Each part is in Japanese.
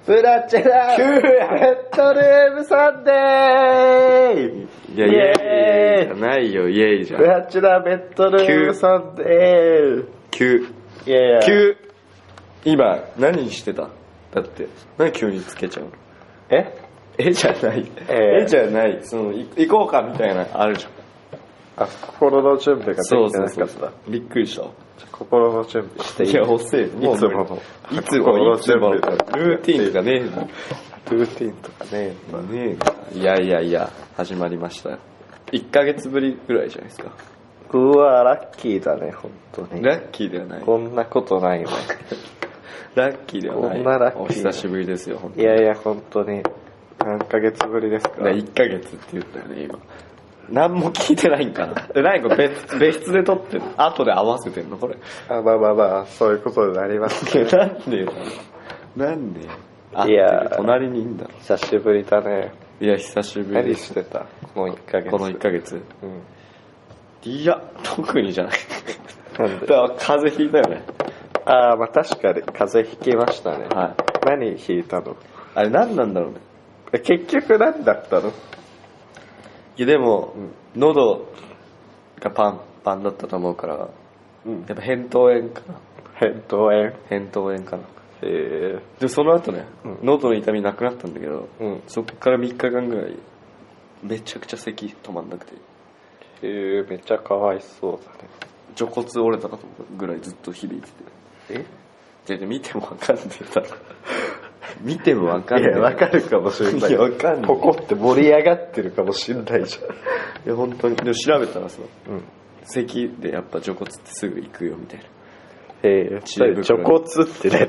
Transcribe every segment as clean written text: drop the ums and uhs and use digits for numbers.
プラチナベッドルームサンデー。 いや、イエーイじゃないよ、イエーイじゃん。 プラチナベッドルームサンデー。 急。 いやいや。 急。今、何してた？だって、何急につけちゃうの？えじゃない。じゃない。行こうかみたいな、あるじゃん。 あ、心の準備ができてなかった。 そうびっくりした。 心の準備していい？ いや、遅い。いつもの。ルーティーンがねえんだ。 ルーティーンとかねえ。いや、始まりましたよ。1ヶ月ぶりぐらいじゃないですか。 うわ、ラッキーだね、本当に。 ラッキーではない。 こんなことないね。 ラッキーではない。 こんなラッキー。 お久しぶりですよ、本当に。 いや、本当に。何ヶ月ぶりですか ？1ヶ月って言ったよね、今。何も聞いてないんかな。何か別室で撮ってる。後で合わせてんのこれ。 まあ、そういうことになりますけど。 なんでよ。なんで？ いや、 隣にいいんだろ。 久しぶりだね。 いや、久しぶり。 何してた？この1ヶ月。 この1ヶ月。 うん。 いや、特にじゃない。 なんで？ だから風邪ひいたよね。 ああ、まあ確かに風邪ひきましたね。 はい。 何ひいたの？ あれ何なんだろうね。 結局何だったの？ いやでも、喉がパンだったと思うから、やっぱ扁桃炎かな。 扁桃炎かな。でその後ね、喉の痛みなくなったんだけど、そこから3日間ぐらいめちゃくちゃ咳止まんなくて。 めっちゃかわいそうだね。 除骨折れたかと思うぐらいずっと響いてて。じゃ見てもわかんねえだろ。見てもわかんない。 いや、わかるかもしれない。 いや、わかんない。 ポコって盛り上がってるかもしれないじゃん。 いや、本当に。でも調べたらさ、咳でやっぱ除骨ってすぐ行くよみたいな。 除骨って何？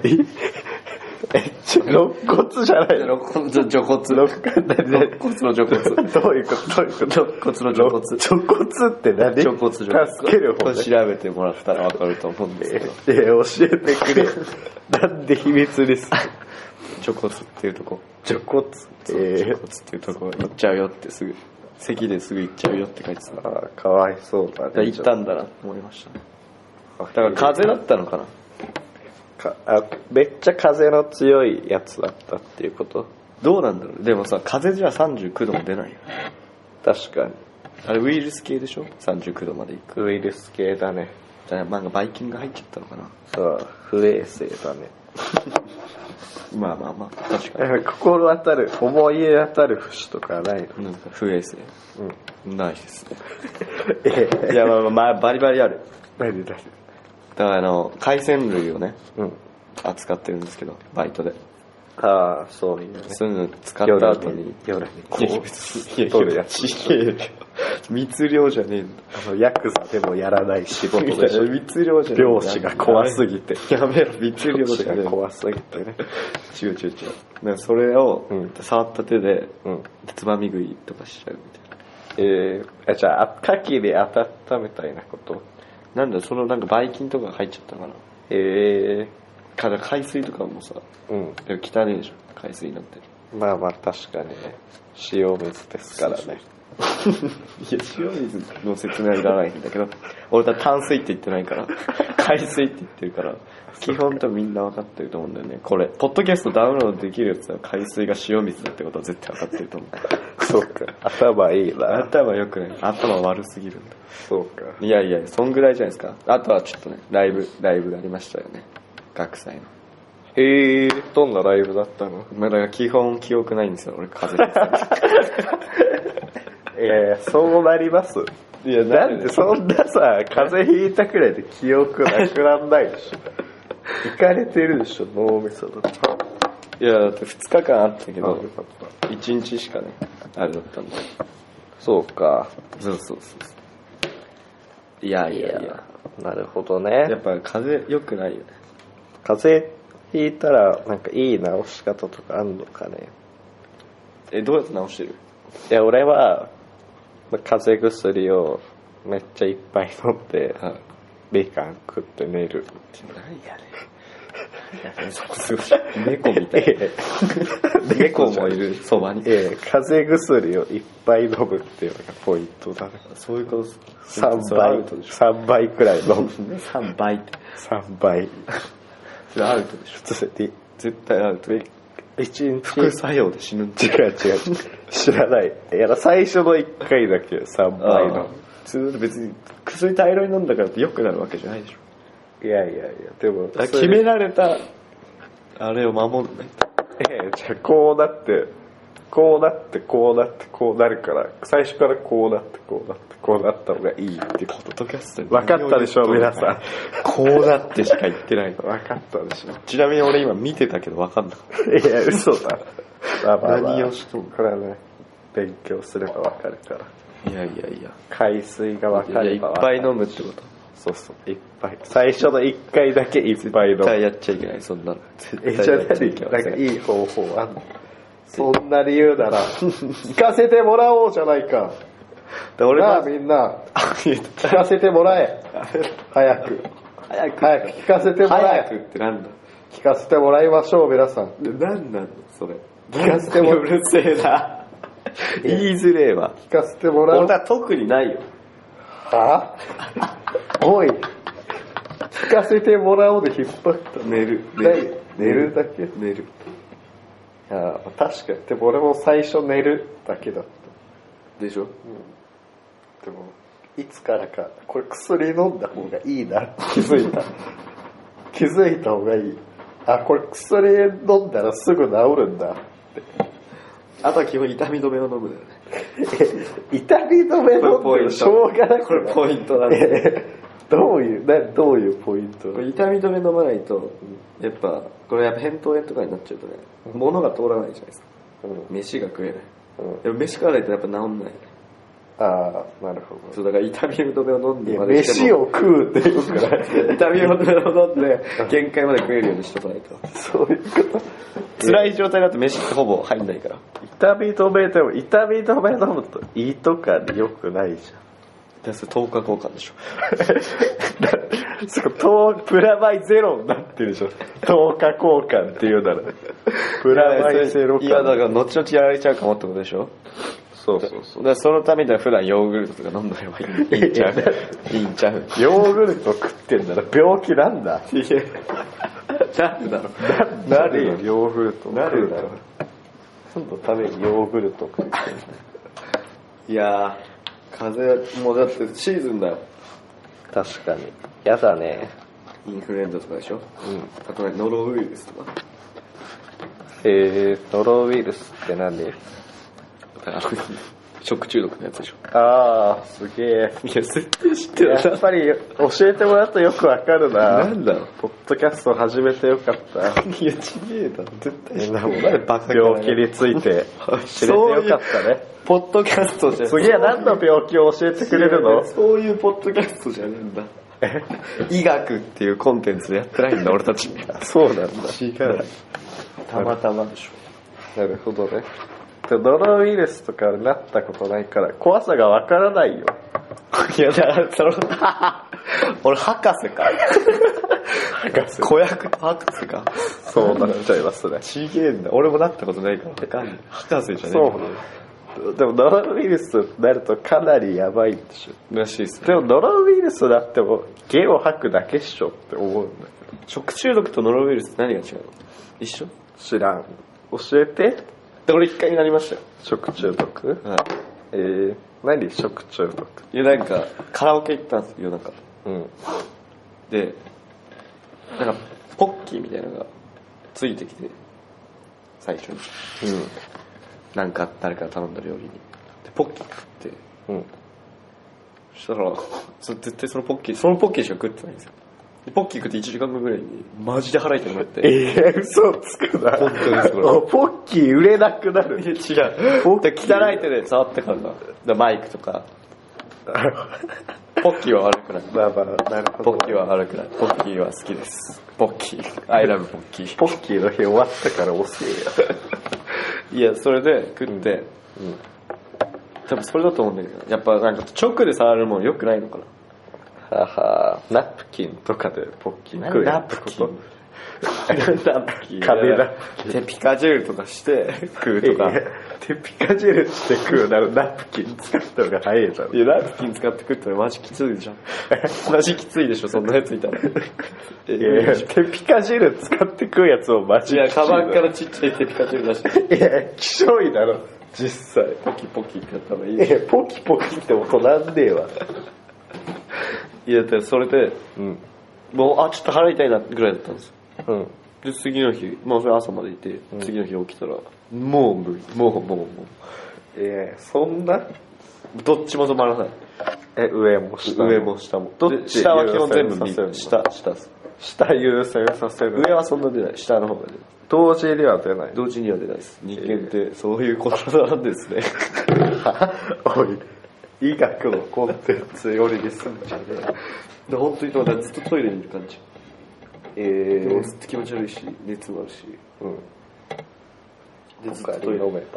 肋骨じゃないの？ 除骨の除骨。 どういうこと？ 肋骨の除骨って何？ 除骨。 助ける方ね。 調べてもらったらわかると思うんですけど。 教えてくれ。なんで秘密にする？ 除骨っていうとこ。 除骨っていうとこ行っちゃうよってすぐ。咳ですぐ行っちゃうよって書いてた。 ああ、かわいそうだね。 行ったんだなと思いましたね。だから風邪だったのかな。 めっちゃ風の強いやつだったっていうこと？ どうなんだろう。でもさ、風じゃ39度も出ないよ。 確かに。 あれウイルス系でしょ？ 39 度までいく。 ウイルス系だね。 じゃあなんかバイキンが入っちゃったのかな。 そう、不衛生だね。 まあ確かに。 心当たる、思い当たる節とかないの？ 不衛生。ないですね。いやまあバリバリある。 何だから海鮮類をね、扱ってるんですけど、バイトで。 ああ、そういうね。 そういうの使った後に夜にこう取るやつ。密漁じゃねえんだ。 ヤクザでもやらない仕事でしょ。 密漁じゃねえ。 漁師が怖すぎて。 やめろ、密漁じゃねえ。 怖すぎてね。 違う。だからそれを触った手でつまみ食いとかしちゃうみたいな。 じゃあ牡蠣で温めたいなこと？ なんだなんかばい菌とか入っちゃったのかな。から海水とかもさ、でも汚ねえじゃん、海水なんて。 まあ確かにね、塩水ですからね。 いや、塩水の説明はいらないんだけど、俺は淡水って言ってないから、海水って言ってるから、基本多分みんな分かってると思うんだよね。これ、ポッドキャストダウンロードできるやつは海水が塩水だってことは絶対分かってると思う。 そうか、頭いいな。 頭良くない。頭悪すぎるんだ。 そうか。 いや、そんぐらいじゃないですか。あとはちょっとね、ライブがありましたよね。学祭の。 どんなライブだったの？ だから基本記憶ないんですよ、俺風邪いや、そうなります。いや、だってそんなさ、風邪ひいたくらいで記憶なくなんないでしょ。いかれてるでしょ、脳みそとか。 いや、だって2日間あったけど、1日しかね、あれだったんで。 そうか。 そう。いや。 なるほどね。 やっぱ風邪良くないよね。 風邪ひいたら、なんかいい治し方とかあんのかね。 どうやって治してる？ いや、俺は、風邪薬をめっちゃいっぱい飲んで、みかん食って寝る。 何やねん。すごい。猫みたい。猫もいる、そばに。 風邪薬をいっぱい飲むっていうのがポイントだね。 そういうこと。 3倍くらい飲む。 3倍って。 3倍。 それアウトでしょ。 普通に。 絶対アウト。 1日副作用で死ぬんだ。 違う知らない。いや最初の1回だけ3倍の。 普通別に薬大量に飲んだからって良くなるわけじゃないでしょ。 いやでも決められたあれを守るね。 じゃあこうなってこうなるから最初からこうなってこうなった方がいいっていうポッドキャストで分かったでしょ皆さん。 こうなってしか言ってないの。 分かったでしょ。 ちなみに俺今見てたけど分かんなかった。 いや嘘だ。 何をしとんの。 これはね勉強すれば分かるから。 いや海水が分かる。 いっぱい飲むってこと。 そういっぱい。最初の1回だけいっぱい飲む。 絶対やっちゃいけないそんなの。 じゃあ何なんかいい方法あんの。そんな理由なら聞かせてもらおうじゃないか。 俺なあみんな聞かせてもらえ。早く聞かせてもらえ。 早くってなんだ。 聞かせてもらいましょう皆さん。 なんなのそれ。 聞かせてもらうるせえな。言いづれえわ。 聞かせてもらう。 俺は特にないよ。 はおい聞かせてもらおうで引っ張った。 寝るだけ。 寝る。 いや確かに。でも俺も最初寝るだけだったでしょ。 でもいつからかこれ薬飲んだ方がいいなって気づいた方がいい。これ薬飲んだらすぐ治るんだって。 あとは基本痛み止めを飲むだよね。 痛み止め飲んでもしょうがなく。 これポイントなんで。 どういうポイント。 痛み止め飲まないとやっぱ扁桃炎とかになっちゃうとね、物が通らないじゃないですか。飯が食えない。でも飯食わないとやっぱ治んない。 なるほど。 そうだから痛み止めを飲んでまでしても飯を食うっていうから痛み止めを飲んで限界まで食えるようにしとかないと。 そういうこと。 辛い状態だと飯ってほぼ入んないから。 痛み止め飲むと胃とかに良くないじゃん。 それ10日交換でしょ。 プラマイゼロになってるでしょ。10日交換っていうならプラマイゼロか。 いやだから後々やられちゃうかもってことでしょ。 そうだからそのためには普段ヨーグルトとか飲んだればいいんちゃう。いいんちゃう。 ヨーグルト食ってんなら病気なんだ。 いやなんだろう。 なるよヨーグルトなるだろ。 何のためにヨーグルト食ってんの。 いや風邪もうだってシーズンだよ。 確かにやだね。 インフルエンザとかでしょ。あとノロウイルスとか。 ノロウイルスって何？ 食中毒のやつでしょ。 すげえ。 いや絶対知ってる。 やっぱり教えてもらうとよくわかるな。 なんだろう。 ポッドキャスト始めてよかった。 いやちげえだろ絶対知ってる。 なんでバカ病気について知れてよかったね。 ポッドキャストじゃ次は何の病気を教えてくれるの？ そういうポッドキャストじゃねえんだ。医学っていうコンテンツでやってないんだ俺たち。 そうなんだ。 違う。たまたまでしょ。なるほどね。ノロウイルスとかになったことないから怖さがわからないよ。 いやだから俺博士か。子役と博士か。 そうなっちゃいますね。 ちげえんだ。俺もなったことないから分かんない。博士じゃねえか。 そう。でもノロウイルスになるとかなりやばいでしょ。 らしいですね。 でもノロウイルスだってもゲを吐くだけっしょって思うんだけど。 食中毒とノロウイルスって何が違うの？一緒？ 知らん。教えて。 で俺一回になりましたよ。 食中毒？ はい。 何食中毒？ いやなんかカラオケ行ったんですよ夜中。でなんかポッキーみたいなのがついてきて最初に。なんか誰か頼んだ料理に。でポッキー食って。そしたら絶対そのポッキーしか食ってないんですよ。ポッキー食って1時間後ぐらいにマジで腹痛くなって。 嘘つくな。 本当ですこれ。 ポッキー売れなくなる。 違う。汚い手で触ってからだ。マイクとか。ポッキーは悪くない。 なるほど。 ポッキーは悪くない。ポッキーは好きです。ポッキー。I love ポッキー。 ポッキーの日終わったから教えや。いや、それで食って、多分それだと思うんだけど、やっぱなんか直で触るもん良くないのかな。 ナプキンとかでポッキー食うナプキンナプキン。 紙ナプキン。 で、ピカジェルとかして食うとか。 で、ピカジェルして食うならナプキン使った方が早いだろ。 いや、ナプキン使って食ったらマジきついじゃん。マジきついでしょ、そんなやついたら。 いや、テピカジェル使って食うやつをマジいや、カバンからちっちゃいテピカジェル出して。 いや、きしょいだろ、実際。 ポキポキってやったらいい。 いや、ポキポキって音なんねえわ。 いや、でそれで、もう、ちょっと腹痛いなぐらいだったんですよ。で、次の日、それ朝までいて、次の日起きたら、もう無理。もう。 そんなどっちも止まらない。 上も下も。 上も下も。 どっち下は基本全部右。下です。 下優先させる。 上はそんな出ない。下の方が出る。 同時には出ない。 同時には出ないです。人間ってそういうことなんですね。 おい、医学のコンテンツよりにすんじゃねえ。本当にずっとトイレにいる感じ。でもずっと気持ち悪いし、熱もあるし。 で、ずっとトイレ飲めばいい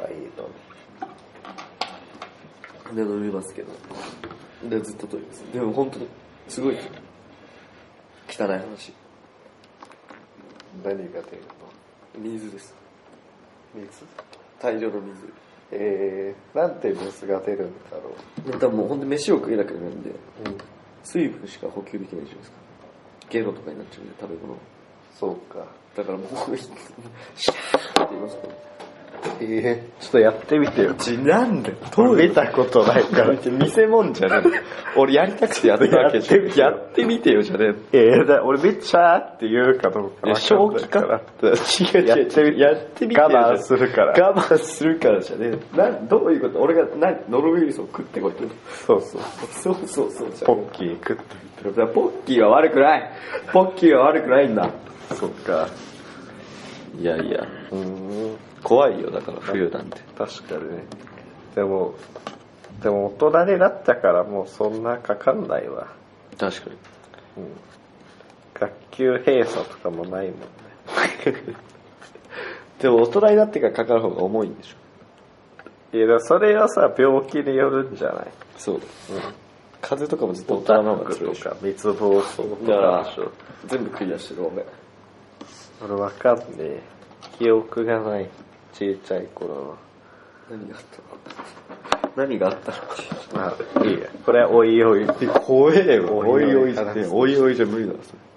のに。 で、飲みますけど。で、ずっとトイレです。でも本当に、すごい、汚い話。 何が出るの？ 水です。 水？ 大量の水。 なんて水が出るんだろう。多分もう本当に飯を食えなくなるんで、水分しか補給できないじゃないですか。ゲロとかになっちゃうんで、食べ物。 そうか。 だからもう、シャーって言いますから。 ちょっとやってみてよ。 なんで見たことないから。 見せもんじゃねえ。俺やりたくてやったわけじゃん。やってみてよじゃねえ。俺めっちゃーって言うかどうか分かんないから。 正気か違う。やってみてよ。 我慢するから。 我慢するからじゃねえ。どういうこと？俺がノロウイルスを食ってこと？ そうポッキー食ってみて。ポッキーは悪くない。ポッキーは悪くないんだ。 そっか。 いや。怖いよ、だから冬なんて。 確かにね。でも大人になったからもうそんなかかんないわ。 確かに。 学級閉鎖とかもないもんね。 でも大人になってからかかる方が重いんでしょ。 いや、それはさ、病気によるんじゃない？ そう。風邪とかもずっと大人の方が強いでしょ。 密暴走とかでしょ。 全部クリアしてる俺。 俺わかんねえ。記憶がない。小さい頃は。 何があったの？ いいや。これはおいおい。 怖えよ。おいおいじゃ無理だ。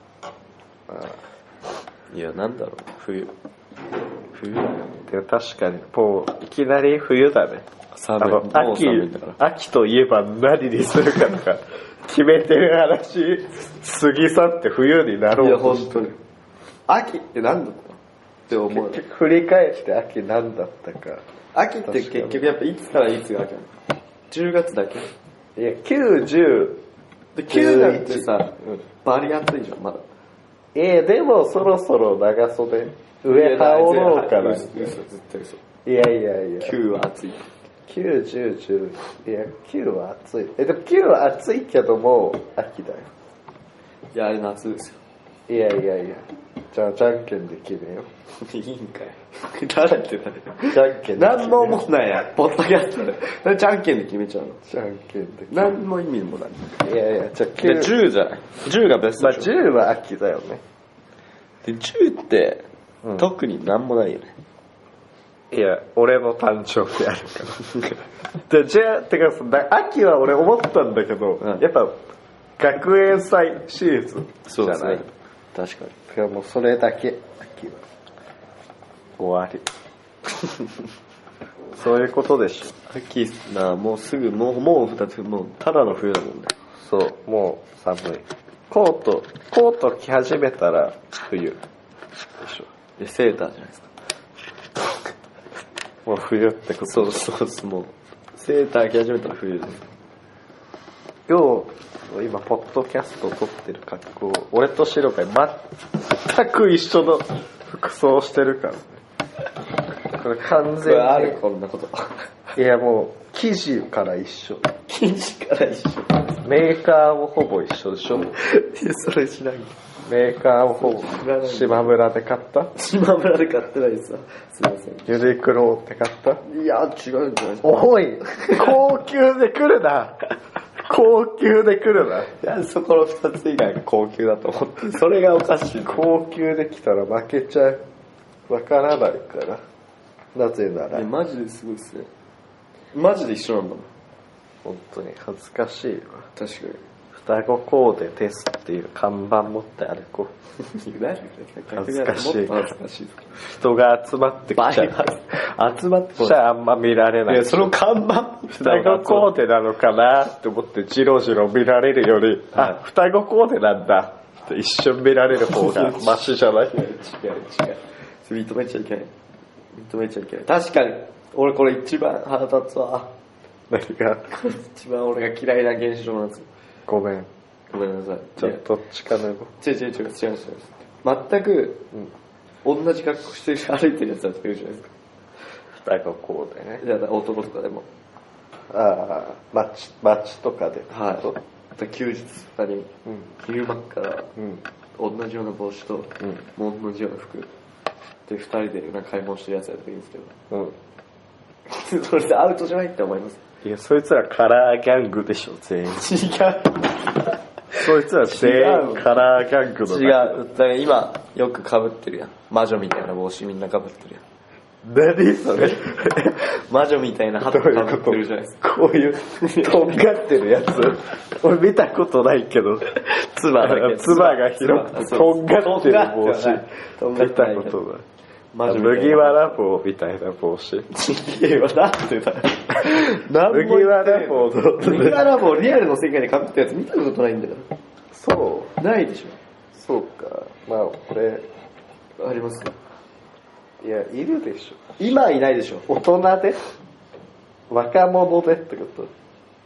いや、なんだろう。冬。 でも確かに、もういきなり冬だね。秋といえば何にするかとか決めてる話過ぎ去って冬になろうとして。 いや、本当に。秋って何だったって思う。 振り返って秋何だったか。 秋って結局やっぱいつからいつが秋なの？10月だけ。 いや、9、10。 で、9なんてさ、バリ暑いじゃん、まだ。 でもそろそろ長袖。上羽織ろうかな。 嘘、絶対嘘。 いや。 9は暑い。 9、10、10。いや、9は暑い。でも9は暑いけども、秋だよ。 いや、あれ夏ですよ。 いや。じゃあ、じゃんけんで決めよう。いいんかい。誰ってじゃんけんで。 何も思んないや。ポッドキャストで。じゃんけんで決めちゃうの。 じゃんけんで。 何の意味もない。 いや、じゃあ 9。10じゃない。10がベストでしょ。 10は秋だよね。 で、10って、特に何もないよね。 いや、俺の誕生日あるから。じゃあ、てか秋は俺思ったんだけど、やっぱ、学園祭シーズンじゃない？ そうですね。確かに。 いや、もうそれだけ、秋は。終わり。そういうことでしょ。 秋な、もうすぐ、もう2つ、もうただの冬だもんね。 そう、もう寒い。コート着始めたら冬でしょ。 で、セーターじゃないですか。 もう冬ってこと。 そう、もう。セーター着始めたら冬です。 今、ポッドキャスト撮ってる格好、俺と白が全く一緒の服装してるからね。これ完全に。 あるこんなこと。 いや、もう、生地から一緒。 生地から一緒。 メーカーもほぼ一緒でしょ。 それ知らん。 メーカーもほぼ。島村で買った？ 島村で買ってないです。すいません。 ユニクロって買った？ いや、違うんじゃないですか。 おい、高級で来るな。 高級で来るな。 いや、そこの2つ以外が高級だと思って、それがおかしい。 高級で来たら負けちゃう。わからないから。なぜなら。 マジですごいっすね。マジで一緒なんだもん。 本当に恥ずかしいわ。 確かに。 双子コーデですっていう看板持って歩こう。 恥ずかしい。 もっと恥ずかしい。 人が集まってきちゃう。 集まってきちゃあんま見られない。 いや、その看板双子コーデなのかなって思ってジロジロ見られるより、あ、双子コーデなんだって一瞬見られる方がマシじゃない？違う。 認めちゃいけない。確かに、俺これ一番腹立つわ。 何が？ 一番俺が嫌いな現象なんですよ。 ごめんなさい。 ちょっと近めご。 違う。全く、同じ格好して歩いてるやつだっているじゃないですか。 双子コーデね。 じゃあ男とかでも。 ああ、街とかで。 はい。休日とかに、昼間から、同じような帽子と、もう同じような服。で、二人で買い物してるやつやっていいんですけど。それでアウトじゃないって思います。 いや、そいつらカラーギャングでしょ、全員。違う。そいつら全員カラーギャングの。 違う。だから今、よく被ってるやん。魔女みたいな帽子みんな被ってるやん。 何それ？ 魔女みたいなハット被ってるじゃないですか。 こういう、とんがってるやつ。俺見たことないけど。 つばが広くて、とんがってる帽子。見たことない。麦わら帽みたいな帽子。 麦わら帽リアルの世界で被ったやつ見たことないんだから。 そうないでしょ。 そうか。まあこれあります。 いや、いるでしょ。 今いないでしょ。 大人で若者でってこと。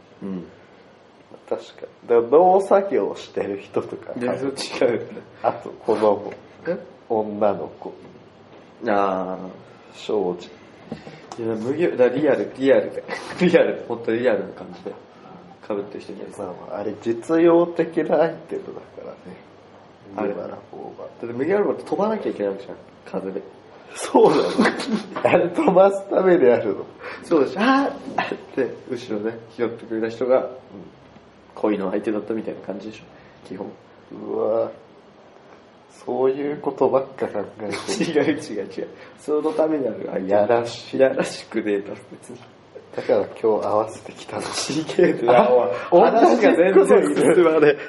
確かに。でも農作業してる人とか。 いや、違う。 あと子供。女の子。 ああ、 少女。 いや、リアル、本当にリアルな感じで被ってる人いないです。 あれ実用的なアイテムだからね。 麦わら帽は。だって麦わら帽って飛ばなきゃいけないわけじゃん、風で。 そうなの？あれ飛ばすためにあるの？ そうだし、あーって後ろで拾ってくれた人が、恋の相手だったみたいな感じでしょ、基本。 うわ、そういうことばっか考えてる。違う。そのためにある。 やらしくデータ別に。 だから今日合わせてきたの。 ちげえな。話が全然進まねえ。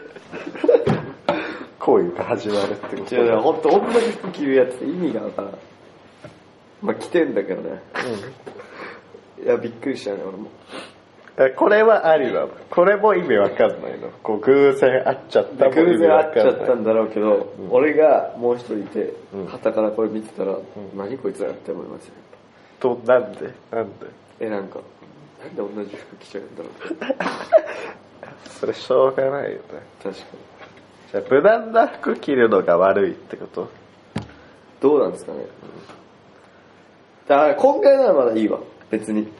恋が始まるってこと。 違う、ほんと同じ服着るやつ意味がわからん。まあ着てんだけどね。いや、びっくりしたね、俺も。 これはありなの。これも意味わかんないの。こう偶然会っちゃったも偶然会っちゃったんだろうけど、俺がもう一人いて、傍からこれ見てたら、何こいつらって思いますよ。 なんでなんで同じ服着ちゃうんだろうって。 それしょうがないよね。 確かに。 じゃあ無難な服着るのが悪いってこと？ どうなんですかね。だから今回ならまだいいわ、別に。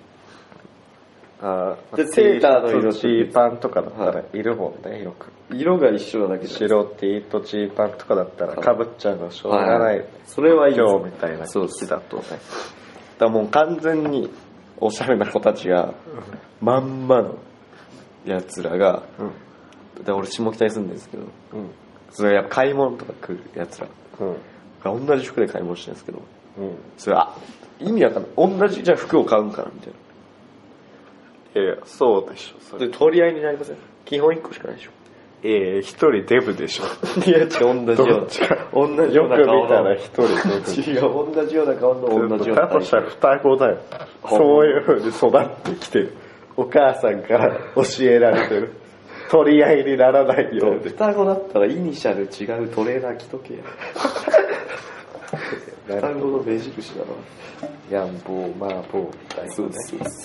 でセーターの色ジーパンとかだったらいるもんね、よく。 色が一緒なだけで。 白 T とジーパンとかだったら被っちゃうのしょうがない。 それはいい。 今日みたいな日だとね。 だからもう完全におしゃれな子たちが、まんまのやつらが、で俺下北に住んでるんですけど、それやっぱ買い物とか来るやつらが同じ服で買い物してるんですけど、それ意味わかんない。同じじゃあ服を買うんかなみたいな。 いやそうでしょ。 で取り合いになりません。基本1個しかないでしょ。 一人デブでしょ。 いや違う、同じような顔の。 よく見たら一人デブ。 違う、同じような顔の同じような。 だとしたら双子だよ。そういう風に育ってきてる。お母さんから教えられてる。取り合いにならないように。 双子だったらイニシャル違うトレーナー着とけや。双子の目印だやな。 んぼう、まあぼうみたいなね。 そう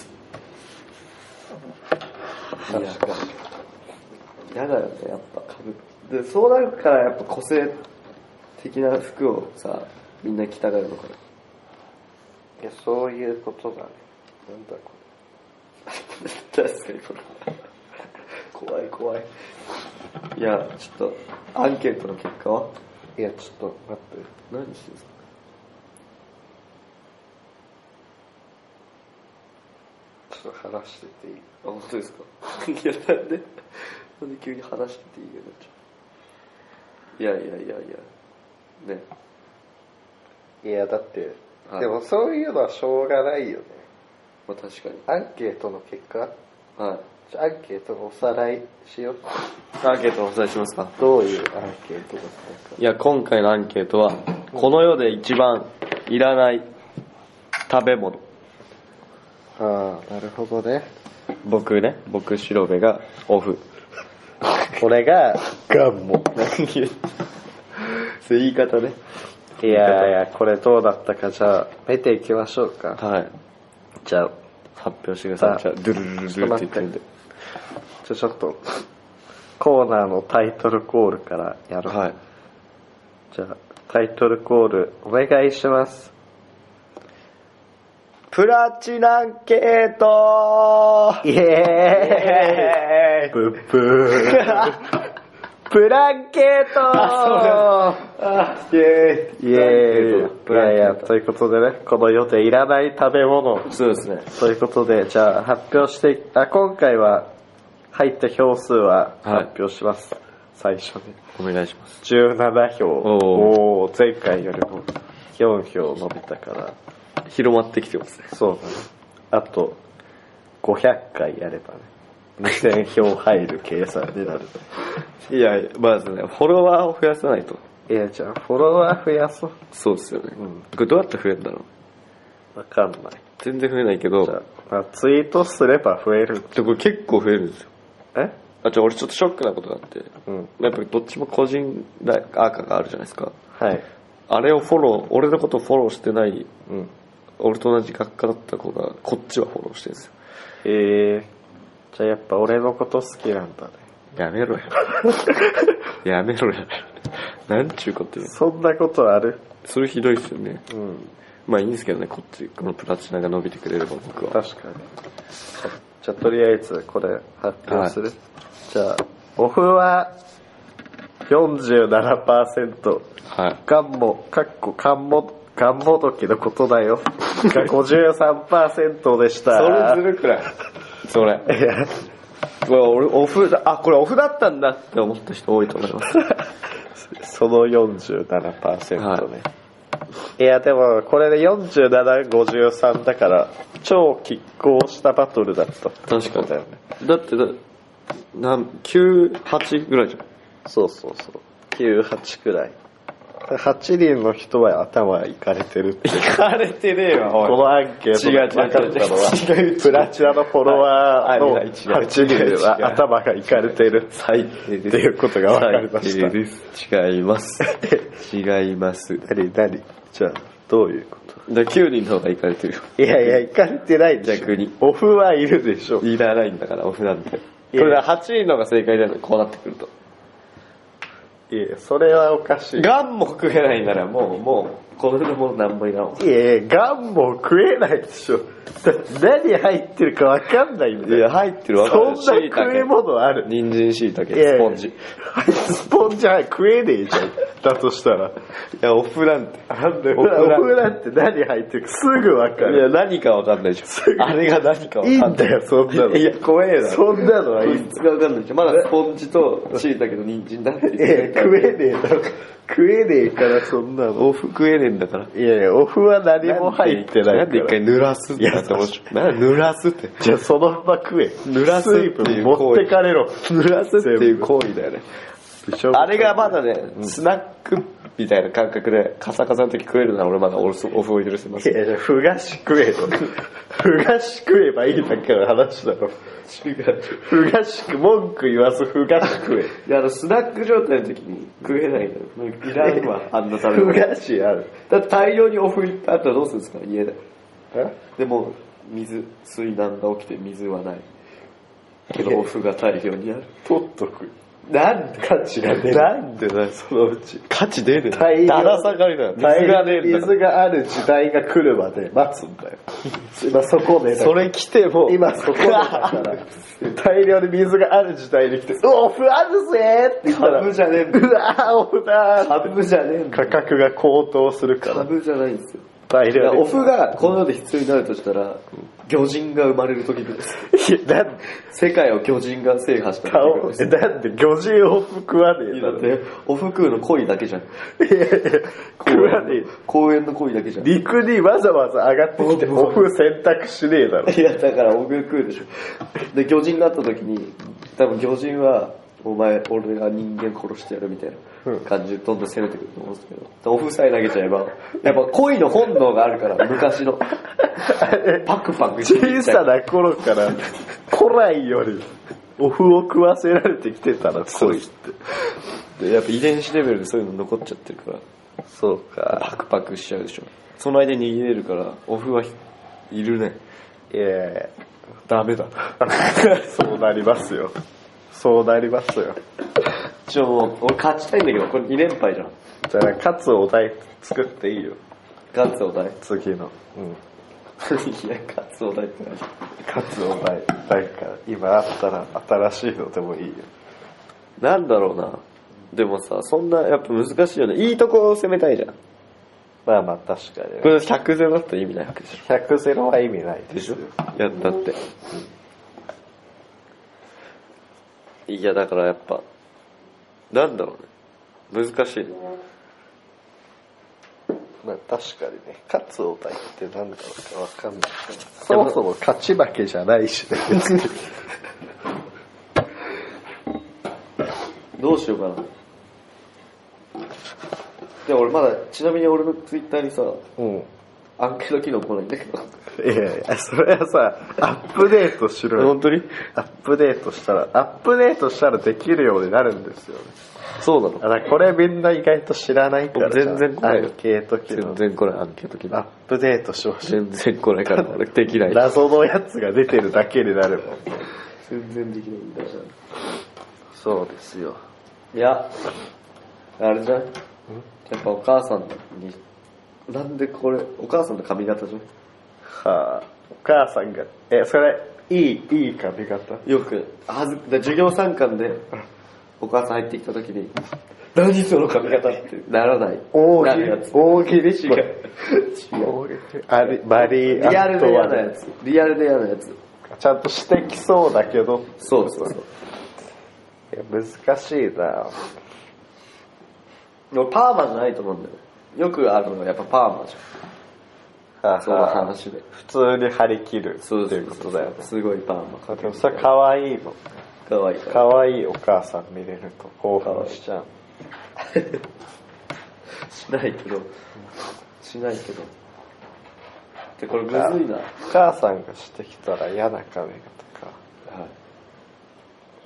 いや、やだよね、やっぱでそうなるからやっぱ個性的な服をさ、みんな着たがるのかな。 いや、そういうことだね。なんだこれ。確かにこれ。怖い。いや、ちょっと、アンケートの結果は？ いや、ちょっと待って。 何してるんですか？ ちょっちょっと話してていい？ あ、本当ですか？いや、なんで急に話してていいようになっちゃう。いやね。 いやだって、 はい、 でもそういうのはしょうがないよね。 まあ確かに。 アンケートの結果、 はい。 アンケートのおさらいしよう。 アンケートをお伝えしますか？ どういうアンケートですか？ いや、今回のアンケートは、この世で一番いらない食べ物。 ああ、なるほどね。 僕白部がオフ。 これがガンモ。 そういう言い方ね。 いや、これどうだったか、じゃあ見ていきましょうか。 はい。 じゃあ発表してください。じゃあドゥルルルルルって言ってみて。 ちょっとコーナーのタイトルコールからやろう。 はい。 じゃあタイトルコールお願いします。 プラチナアンケートイエーイブッブープランケートイエーイイエーイ。いやいや、ということでね、この世でいらない食べ物。 そうですね。 ということで、じゃあ発表して、今回は入った票数は発表します。はい、最初に。 お願いします。 17票。おー、前回よりも4票伸びたから。 広まってきてますね。 そうだね。あと、500回やればね、2000票入る計算になる。 いや、まずね、フォロワーを増やさないと。 いや、じゃあ、フォロワー増やそう。 そうですよね。これどうやって増えるんだろう。わかんない。 全然増えないけど。 じゃあ、ツイートすれば増える。 これ結構増えるんですよ。俺ちょっとショックなことがあって。やっぱりどっちも個人アカがあるじゃないですか。 はい。 あれを俺のことをフォローしてない、俺と同じ学科だった子が、こっちはフォローしてるんですよ。 じゃあやっぱ俺のこと好きなんだね。 やめろよ。やめろよ。なんちゅうこと言う。 そんなことある？ それひどいっすよね。まあいいんですけどね、このプラチナが伸びてくれれば僕は。 確かに。じゃあとりあえずこれ発表する。じゃあ、オフは 47%。 はい。 ガンモドキのことだよ。が 53% でした。 それずるくない？それ。これオフだったんだって思った人多いと思います。 その 47% ね。いやでもこれで47、53だから超拮抗したバトルだった。 確かに。だって9、8ぐらいじゃん。 そう。9、8くらい。8人の人は頭いかれてるって。 いかれてねえわ、おい。 このアンケートで分かったのは、プラチナのフォロワーの8人は頭がいかれてる最低です。 っていうことが分かりました。 違います。違います。 何じゃあ、どういうこと？ 9人の方がいかれてるよ。 いや、いかれてないでしょ。 逆に。 オフはいるでしょ。 いらないんだから、オフなんて。これ8人の方が正解だよね、こうなってくると。 いや、それはおかしい。 ガンも食えないならもう、このものなんもいらんわ。 いや、ガンも食えないでしょ。何入ってるか分かんないんだよ。 いや、入ってるわかる。 そんな食い物ある？ 人参椎茸、スポンジ。 スポンジは食えねえじゃん。だとしたら。 いや、オフなんて。 オフなんて何入ってるかすぐ分かる。 いや、何か分かんないでしょ。あれが何か分かんない。 いいんだよ、そんなの。 いや、怖えな。 そんなのはいい。 こいつが分かんないでしょ。まだスポンジと椎茸と人参だって言ってる。 食えねえだろ。食えねえからそんなの。 オフ食えねえんだから。 いや、オフは何も入ってないから。 なんで一回濡らすってって思う。濡らすって。 じゃあそのまま食え。 濡らすっていう持ってかれろ。 濡らすっていう行為だよね。あれがまだね、スナックみたいな感覚でカサカサの時食えるなら俺まだオフを許せます。 いや、ふがし食えよ。ふがし食えばいいだけの話だろ。ふがし文句言わずふがし食え。 いや、スナック状態の時に食えないからいらんわ、あんな食べ物。 ふがしある。 だって大量にオフいっぱいあったらどうするんですか、家で。でも水難が起きて水はないけどオフが大量にある。 取っとく。 なんで価値が出る。 なんでだよ、そのうち。価値出る。だらさがりだよ。水がねえんだ。 水がある時代が来るまで待つんだよ。今そこで。 それ来ても。 今そこでだから。大量に水がある時代に来て、オフあるぜって言ったら。 株じゃねえんだ。 うわー、オフだー。 株じゃねえんだ。 価格が高騰するから。 株じゃないんですよ。 大量にオフがこの世で必要になるとしたら、魚人が生まれる時です。 いや世界を魚人が制覇した時です。 だって魚人オフ食わねえだってオフ食うの鯉だけじゃん。 いやいや食わねえ公園の鯉だけじゃん。 陸にわざわざ上がってきてオフ選択しねえだろ。 いやだからオフ食うでしょ。で魚人になった時に多分魚人はお前俺が人間殺してやるみたいな感じでどんどん攻めてくると思うんですけど、オフさえ投げちゃえばやっぱ恋の本能があるから昔のパクパクして小さな頃から古来よりオフを食わせられてきてたら恋ってでやっぱ遺伝子レベルでそういうの残っちゃってるからそうかパクパクしちゃうでしょ。その間に逃げれるからオフはいるね。 いやいやダメだそうなりますよそうなりますよ。 もう俺勝ちたいんだけどこれ2連敗じゃん。 じゃあ勝つお題作っていいよ勝つお題次のいや勝つお題って何。 勝つお題なんか今あったら新しいのでもいいよ。 なんだろうな。でもさそんなやっぱ難しいよね。いいとこを攻めたいじゃん。 まあまあ確かにこれ100ゼロだったら意味ないわけでしょ。 100ゼロは意味ないでしょ。やったって、いやだからやっぱなんだろうね難しいね。 まあ確かにね勝つお題って何だろうか分かんないからそもそも勝ち負けじゃないしね別にどうしようかな。で俺まだちなみに俺のツイッターにさ、アンケート機能来ないんだけど。 いやいやそれはさアップデートしろよ。 本当にアップデートしたらできるようになるんですよね。 そうなの。 だからこれみんな意外と知らないから全然来ないよ。 アンケート機能全然来ないアンケート機能。 アップデートしましょう。 全然来ないから俺できない。 謎のやつが出てるだけになるもん。 全然できないんだじゃん。 そうですよ。 いやあれじゃん。やっぱお母さんになんでこれお母さんの髪型じゃん。 はあ、お母さんがそれいい髪型。 よく授業参観でお母さん入ってきた時に何その髪型ってならない。 大なるやつ喜利違うバリリアルで嫌なやつ。リアルで嫌なやつ。 ちゃんとしてきそうだけど。 そうそうそう。 いや難しいな。 でもパーマじゃないと思うんだよね。よくあるのはやっぱパーマじゃん。その話で普通に張り切るっていうことだよね。 すごいパーマ。 でもそれかわいいの。 かわいいかわいいお母さん見れると興奮しちゃう。 しないけどでこれむずいな。 お母さんがしてきたら嫌な髪型か。 はい。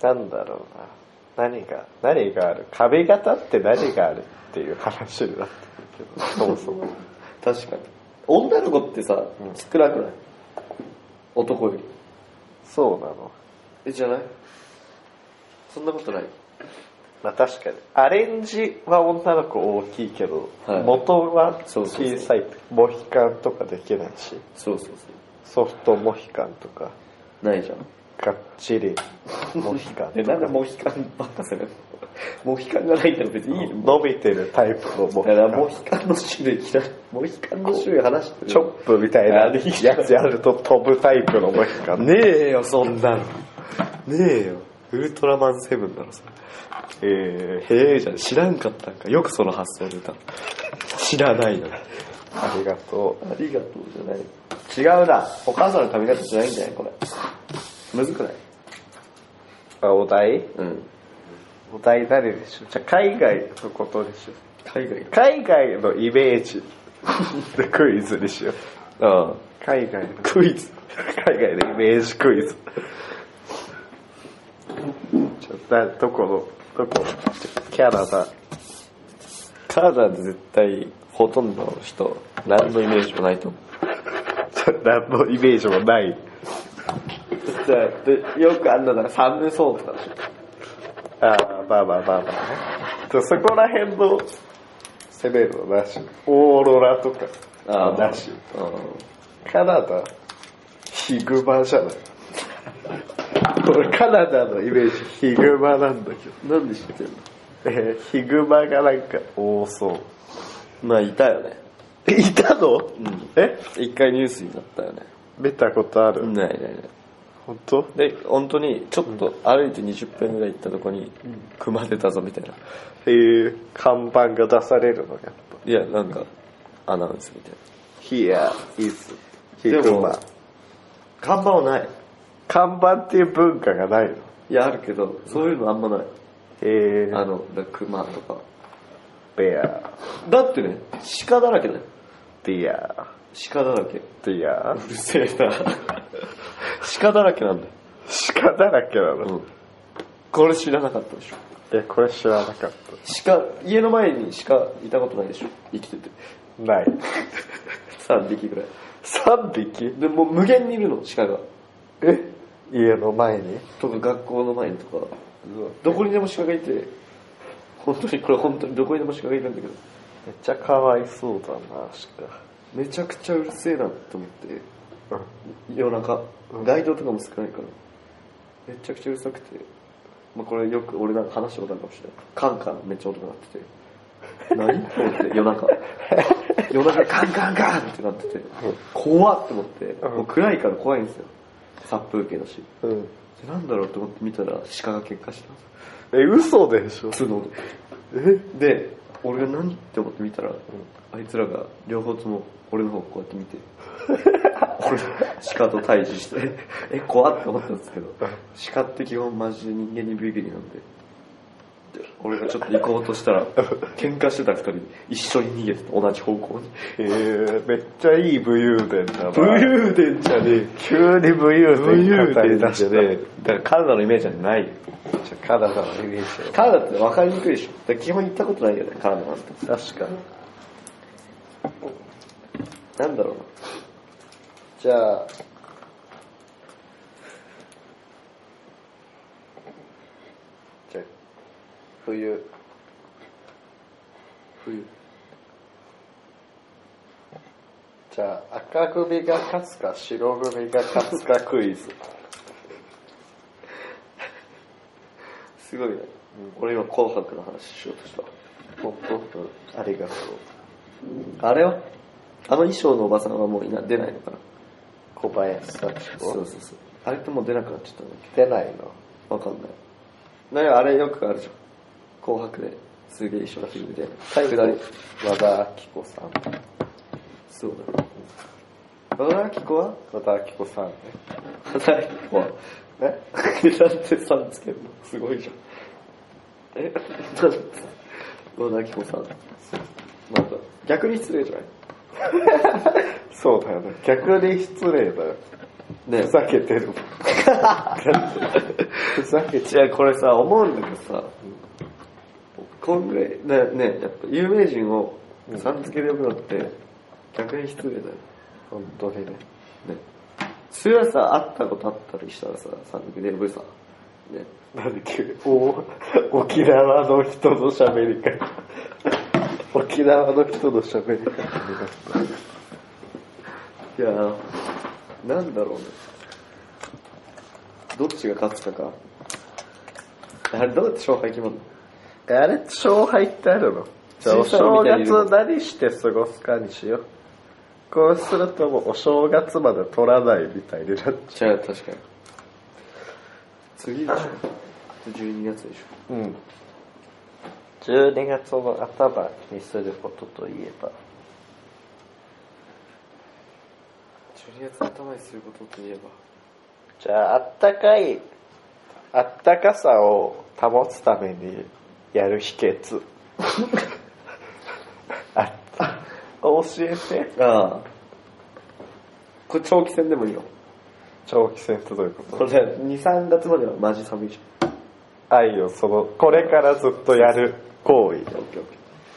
なんだろうな。何がある。髪型って何があるっていう話になってくるけど、そもそも。 確かに。女の子ってさ、少なくない？男より。 そうなの。 じゃない？そんなことない。 まあ確かに。アレンジは女の子大きいけど、 はい、 元は小さい。モヒカンとかできないし。 そうそうそう。 ソフトモヒカンとか。 ないじゃん。 がっちりモヒカンとか。 なんでモヒカンばっかするの？モヒカンがないったら別にいいの？ 伸びてるタイプのモヒカン。 だからモヒカンの種類嫌い。モヒカンの種類話してる。 チョップみたいなやつやると飛ぶタイプのモヒカン。 ねえよそんなの。ねえよ。ウルトラマンセブンだろそれ。へえじゃん。知らんかったんか。よくその発想出た。知らないの。 ありがとう。 ありがとうじゃない。違うな。お母さんの髪型じゃないんじゃないこれ。むずくない？ あ、お題？ うん。 お題誰でしょう。じゃあ海外のことでしょ。海外のイメージでクイズにしよう。 ああ。 海外のクイズ。海外のイメージクイズ。どこキャナダ。 カナダで絶対ほとんどの人何のイメージもないと思う。 何のイメージもない。 でよくあんなのが寒そうとかでしょ。 ああ、まあね。そこら辺の攻めるのなし。オーロラとかなし。カナダヒグマじゃない。俺カナダのイメージヒグマなんだけど。なんで知ってるの？ ヒグマがなんか多そう。 まあいたよね。 いたの？え？ 一回ニュースになったよね。 見たことある？ ない。 本当？ で、本当にちょっと歩いて20分ぐらい行ったとこに、熊出たぞみたいな。 看板が出されるのやっぱ。 いや、なんか、アナウンスみたいな。 Here is ヒグマ。 看板はない。 看板っていう文化がないの？ いや、あるけど、そういうのあんまない。熊とか。 ベア。 だってね、鹿だらけだよ。 ディア。 鹿だらけ。 ディア。 うるせえな。鹿だらけなんだよ。 鹿だらけなの？ これ知らなかったでしょ。 これ知らなかった。 家の前に鹿いたことないでしょ、生きてて。 ない。 3匹ぐらい。 3匹？ でもう無限にいるの、鹿が。 家の前に？ とか学校の前にとか、どこにでも鹿がいて、本当にどこにでも鹿がいるんだけど。 めっちゃかわいそうだな、鹿。 めちゃくちゃうるせえなと思って、夜中、街灯とかも少ないから、めちゃくちゃうるさくて、これよく俺なんか話したことあるかもしれない。カンカンめっちゃ音が鳴ってて、何と思って夜中カンカンカンってなってて、怖っと思って、もう暗いから怖いんですよ。殺風景だし。なんだろうと思って見たら鹿が喧嘩してます。 嘘でしょ？ 角で。で、俺が何って思って見たら、あいつらが両方とも俺の方こうやって見て、俺鹿と対峙して怖って思ったんですけど、鹿って基本マジで人間にビビりなんで、俺がちょっと行こうとしたら喧嘩してた2人一緒に逃げてた、同じ方向に。 めっちゃいい武勇伝だな。 武勇伝じゃねえ。 急に武勇伝語り出した。 だからカナダのイメージじゃないよ。 カナダのイメージ。 カナダって分かりにくいでしょ。だから基本行ったことないよね、カナダなんて。 確かに。 なんだろうな。 じゃあ冬。じゃあ赤組が勝つか白組が勝つかクイズ。 すごいね。俺今紅白の話しようとした。 本当？ありがとう。 あれはあの衣装のおばさんはもう出ないのかな？ 小林幸子。 そう。あれってもう出なくなっちゃったんだっけ？ 出ないの？ わかんない。だからあれよくあるじゃん。紅白ですげえ衣装が着るみたいな。 最後、和田アキ子さん。 そうだ。和田アキ子は？ 和田アキ子さんね。 和田アキ子は？なんでさんつけるの？すごいじゃん。和田アキ子さん。なんか逆に失礼じゃない？ そうだよね。逆に失礼だよ。 ね、 ふざけてる。ふざけてる。 いや、これさ、思うんだけどさ、こんぐらい、ね、やっぱ有名人をさん付けで呼ぶのって逆に失礼だよ。 本当にね。 それはさ、会ったことあったりしたらさ、さん付けで呼ぶさ。ね。 なんで沖縄の人の喋り方。沖縄の人の喋り方。 いやー、なんだろうね。どっちが勝つかか。あれどうやって勝敗決まるの？ あれ勝敗ってあるの？じゃあお正月何して過ごすかにしよう。こうするともうお正月まで取らないみたいになっちゃう。 じゃあ確かに。次でしょ。12月でしょ。 12月の頭にすることといえば。 12月の頭にすることといえば。 じゃああったかさを保つためにやる秘訣。教えて。 ああ。これ長期戦でもいいよ。 長期戦ってどういうこと？ これ2、3月まではマジ寒いじゃん。愛をこれからずっとやる行為。 オッケーオッケ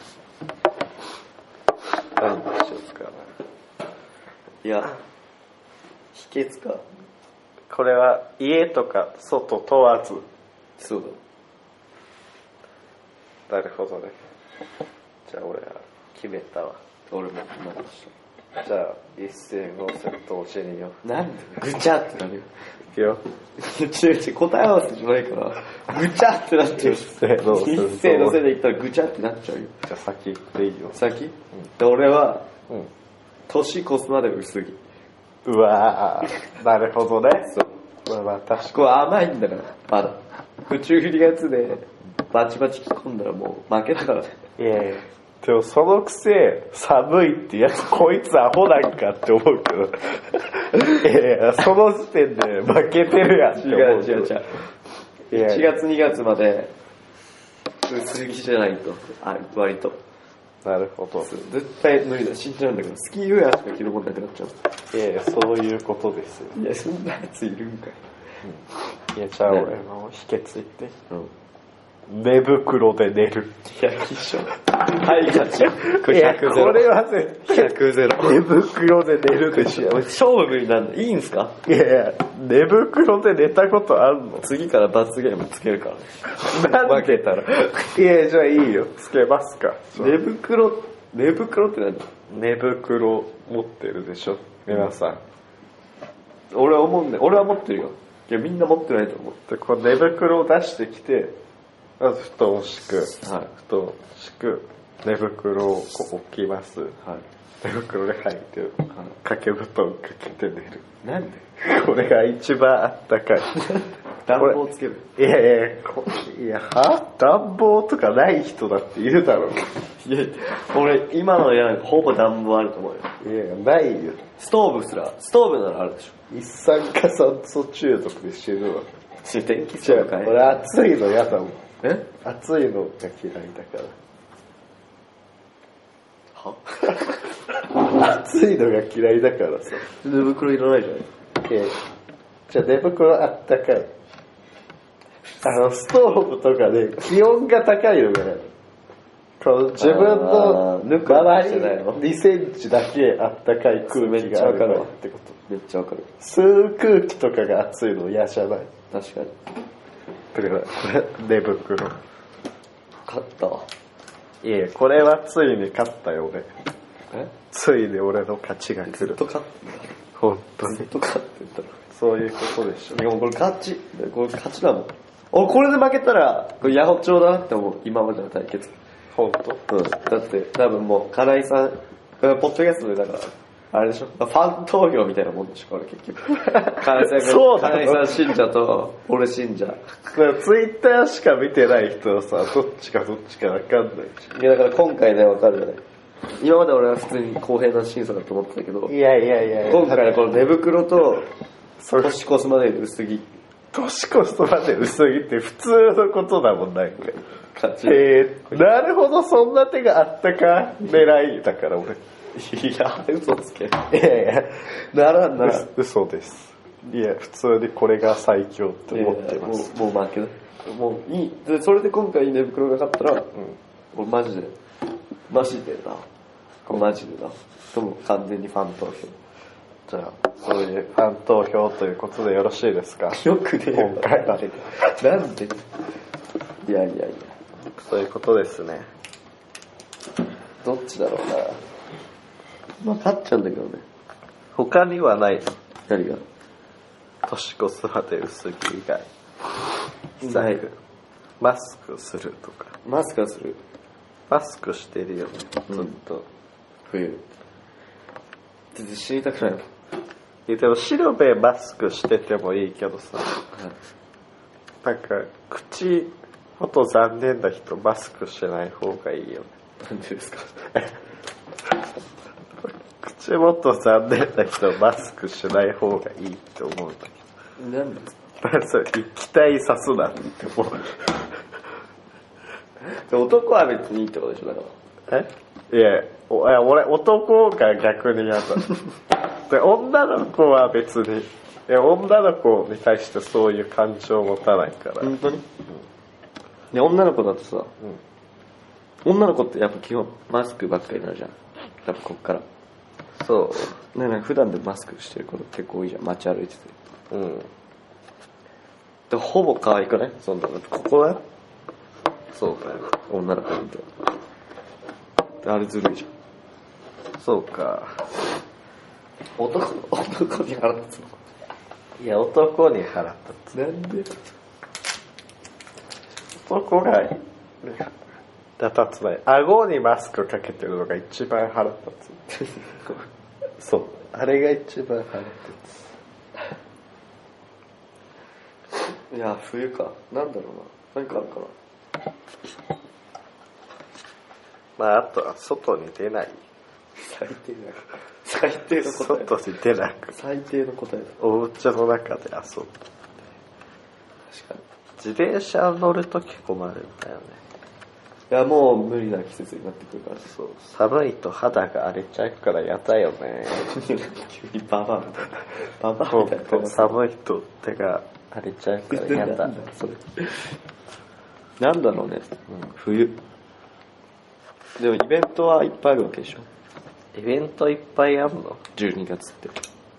ー。何でしょうか。 いや、秘訣か。 これは家とか外問わず。 そうだ。なるほどね。じゃあ俺は決めたわ。 俺も決まりましじゃあ一斉の戦闘しによ。 なんでぐちゃってなるよ。 いくよ。 違う答え合わせじゃないからぐちゃってなっちゃう。一斉のせで言ったらぐちゃってなっちゃうよ。 じゃあ先行っていいよ。 先、俺は年越すまで薄着。 うわー、なるほどね。 そう。 まあ確かこれ甘いんだから、まだ。宇宙入りがやつで、バチバチ着込んだらもう負けだからね。 に。いやいや。でもそのくせ、寒いってやつ、こいつアホなんかって思うけど。いやいや、その時点で負けてるやんって思う。 違う。 いや 1月2月まで、薄着じゃないと。割と。 なるほど。 絶対無理だ。死んじゃうんだけど、スキーウェアしか着るもんなくなっちゃう。 いやいや、そういうことですよ。 いや、そんなやついるんかい。 いや、じゃあ俺の秘訣言って。 うん。 寝袋で寝る。 いや、一緒。はい、勝ち。これ100ゼロ。 これは絶対 100ゼロ。 寝袋で寝るでしょ。 勝負になんだ。いいんすか？ いやいや、寝袋で寝たことあるの？ 次から罰ゲームつけるからね。 なんで負けたら。 いや、じゃあいいよ。つけますか。 寝袋って何？ 寝袋持ってるでしょ。皆さん。 俺は思うんだよ。俺は持ってるよ。いや、みんな持ってないと思う。 で、この寝袋を出してきて、まず布団を敷く。 はい。 布団を敷く。寝袋をこう置きます。 はい。 寝袋で入ってる。掛け布団かけて寝る。 なんで？ これが一番あったかい。 暖房つける。 いや、暖房とかない人だっているだろう。 いや、俺、今のやほぼ暖房あると思うよ。 いや、ないよ。 ストーブならあるでしょ。 一酸化炭素中毒で死ぬわ。 電気違う、 かい。 俺暑いの嫌だもん。 え？ 暑いのが嫌いだかは？ ら。暑いのが嫌いだからさ。 寝袋いらないじゃない。 じゃあ寝袋あったかい。ストーブとかで気温が高いのがね、この自分の周り2センチだけあったかい空気があるからってこと。 めっちゃわかる。 吸う空気とかが暑いの嫌じゃない？ 確かに。 だから、これ、寝袋。 勝ったわ。 いや、これはついに勝ったよ、俺。 え？ ついに俺の勝ちが来る。 ずっと勝ってんだ。 本当に。 ずっと勝ってんだろ。 そういうことでしょ。 いや、これ勝ち。これ勝ちだもん。俺これで負けたら、これヤホチョウだなって思う。今までの対決。 本当？ うん。だって多分もう、金井さん、ポッドキャストでだから、あれでしょ、ファン投票みたいなもんでしょ、これ結局。金井さんそうだ金井さん信者と、俺信者。 ツイッターしか見てない人はさ、どっちかわかんないし。 いや、だから今回ね、わかるよね。今まで俺は普通に公平な審査だと思ってたけど、 いや。 今回この寝袋と、年越すまで薄着。 年越すまで薄着って普通のことだもん、なんか。 勝ち。 なるほど、そんな手があったか。狙いだから俺。 いや、嘘つけ。 いや。 ならんな。 嘘です。いや、普通にこれが最強って思ってます。 もう負けだ。もういい。で、それで今回寝袋が勝ったら、俺マジでな。マジでな。もう完全にファン投票。 じゃあ、そういうファン投票ということでよろしいですか？ よくねえよ。 今回は。 なんで？いや。 そういうことですね。 どっちだろうな。まあ、勝っちゃうんだけどね。 他にはないの？ 何が？ 年越すまで薄着以外。 ない。 マスクするとか。 マスクはする。 マスクしてるよね、ずっと。 冬。全然死にたくないの。 いやでも白目マスクしててもいいけどさ、なんか口ほど残念な人マスクしない方がいいよね。 なんでですか？ 口元残念な人マスクしない方がいいって思うんだけど。 なんでですか？ それ期待さすなって思う。 男は別にいいってことでしょ、だから。 いや俺男が逆に嫌だ。で女の子は別に女の子に対してそういう感情を持たないから。 本当に？で女の子だとさ、女の子ってやっぱ基本マスクばっかりになるじゃん。やっぱこっから。そうね、普段でマスクしてる子結構多いじゃん、街歩いてて。でほぼ可愛くない？そんなの。ここはそうだよ、女の子見て。あれずるいじゃん。そうか。男に腹立つの？ いや、男に腹立つ。 なんで？ 男が立つない。顎にマスクかけてるのが一番腹立つ。そう。あれが一番腹立いや冬か。なんだろうな。何かあるかな。 つ。まああとは外に出ない。 最低だ。最低の答え。 外に出なく。 最低の答えだ。 お家の中で遊ぶ。 確かに。 自転車乗るとき困るんだよね。 いやもう無理な季節になってくるから。 そう。寒いと肌が荒れちゃうからやだよね。 急にババアみたいな。ババアみたいな。 寒いと手が荒れちゃうからやだ。 それ。なんだろうね。冬。でもイベントはいっぱいあるわけでしょ。 イベントいっぱいあるの 12月って。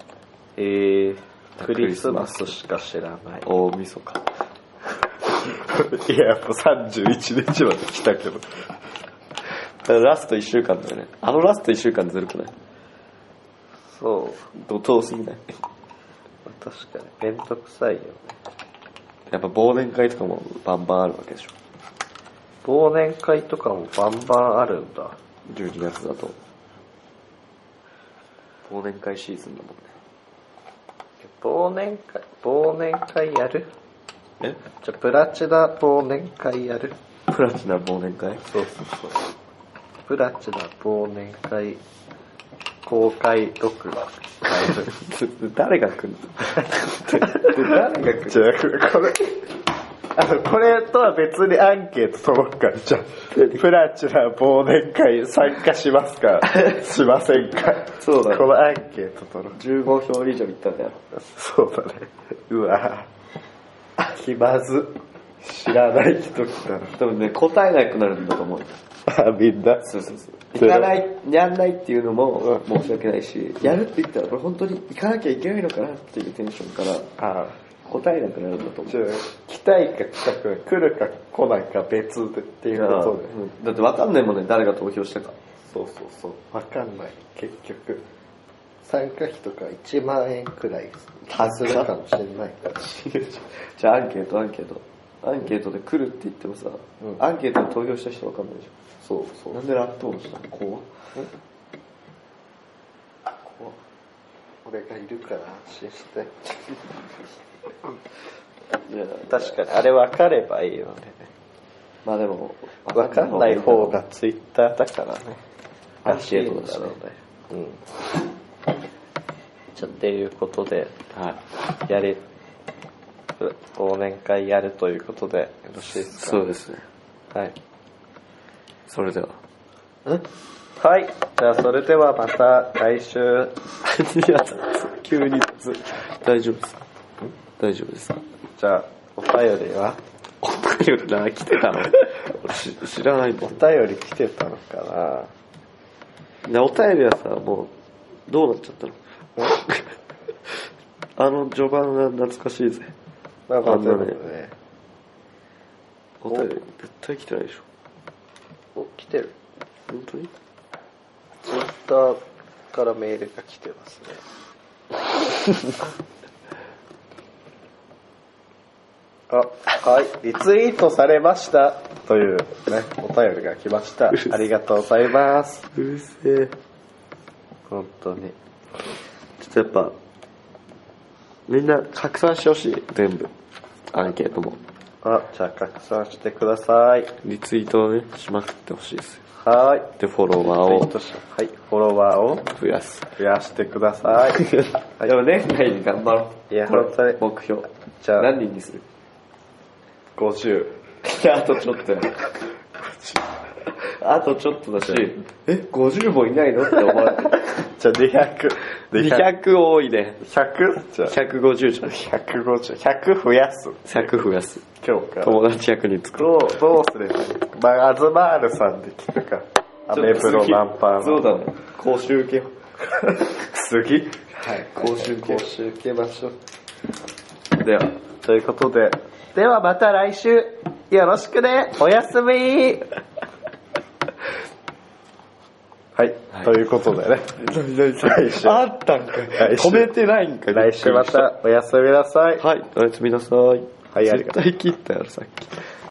クリスマスしか知らない。 大晦日。 いや、もう31日まで来たけど。 だからラスト1週間だよね。あのラスト1週間ずるくない？ そう。 怒涛すぎない？ 確かに。めんどくさいよね。 やっぱ忘年会とかもバンバンあるわけでしょ。 忘年会とかもバンバンあるんだ。 12月だと。忘年会シーズンだもんね。 忘年会やる？ え？ じゃあプラチナ忘年会やる？ プラチナ忘年会？ そうそうそう。プラチナ忘年会公開録画。 誰が来るの？誰が来るの？ じゃあこれとは別にアンケート取ろうか。じゃあプラチナ忘年会参加しますかしませんか。 そうだね。 このアンケート取ろう。 15票以上いったんだよ。 そうだね。うわ気まず。知らない人来たら。 多分ね、答えなくなるんだと思うよ。 みんな。 そうそうそう。行かない、やんないっていうのも申し訳ないし、やるって言ったらこれ本当に行かなきゃいけないのかなっていうテンションから答えなくなるんだと思う。 じゃあ来たいか来たくない、来るか来ないか別でっていうことで。 だって分かんないもんね、誰が投票したか。 そうそうそう。分かんない。結局。参加費とか1万円くらいするかもしれないから。 じゃあアンケート。アンケートで来るって言ってもさ、アンケートに投票した人分かんないでしょ。 そうそう。 なんでラップをしたの？怖っ。 俺がいるから安心して。 いや確かにあれ分かればいいよね。 まあでも分かんない方がツイッターだからね。 アンケートだしね。 じゃあっていうことで、 はい。 忘年会やるということでよろしいですか？ そうですね。 はい。 それでは。 はい。じゃあそれではまた来週。 いや、急に大丈夫ですか？大丈夫ですか？ じゃあお便りは？ お便りな、来てたの？知らないもん。 お便り来てたのかな。お便りはさ、もうどうなっちゃったの？序盤が懐かしいぜ。 なんかね。 お便り絶対来てないでしょ。 お、来てる。 本当に？ ツイッターからメールが来てますね。はい、リツイートされましたというね、お便りが来ました。ありがとうございます。 うるせえ。 本当に。 ちょっとやっぱ、みんな拡散してほしい、全部。アンケートも。 じゃあ拡散してください。 リツイートをね、しまくってほしいですよ。 はい。 で、フォロワーを。 はい、フォロワーを増やす。 増やしてください。 でも年内に頑張ろう。 いや、 これ本当に。 目標。 じゃあ、 何人にする 50。 いや、あとちょっとや。あとちょっとだし、50もいないのって思われてる。 じゃあ200。 200多いね。 100? じゃあ 150じゃん。 150。100増やす。 100増やす。 今日から。 友達100人作る。 どうすればいい？まあ、アズマールさんで聞くか。アメブロナンパの。 そうだね。講習受けよう。 次？はい。 講習受けましょう。 では。 ということで。ではまた来週。よろしくね。おやすみ。はい。ということでね。来週。 あったんかい。止めてないんかい。 来週またおやすみなさい。 はい。おやすみなさい。 はい、ありがとう。 絶対切ったよ、さっき。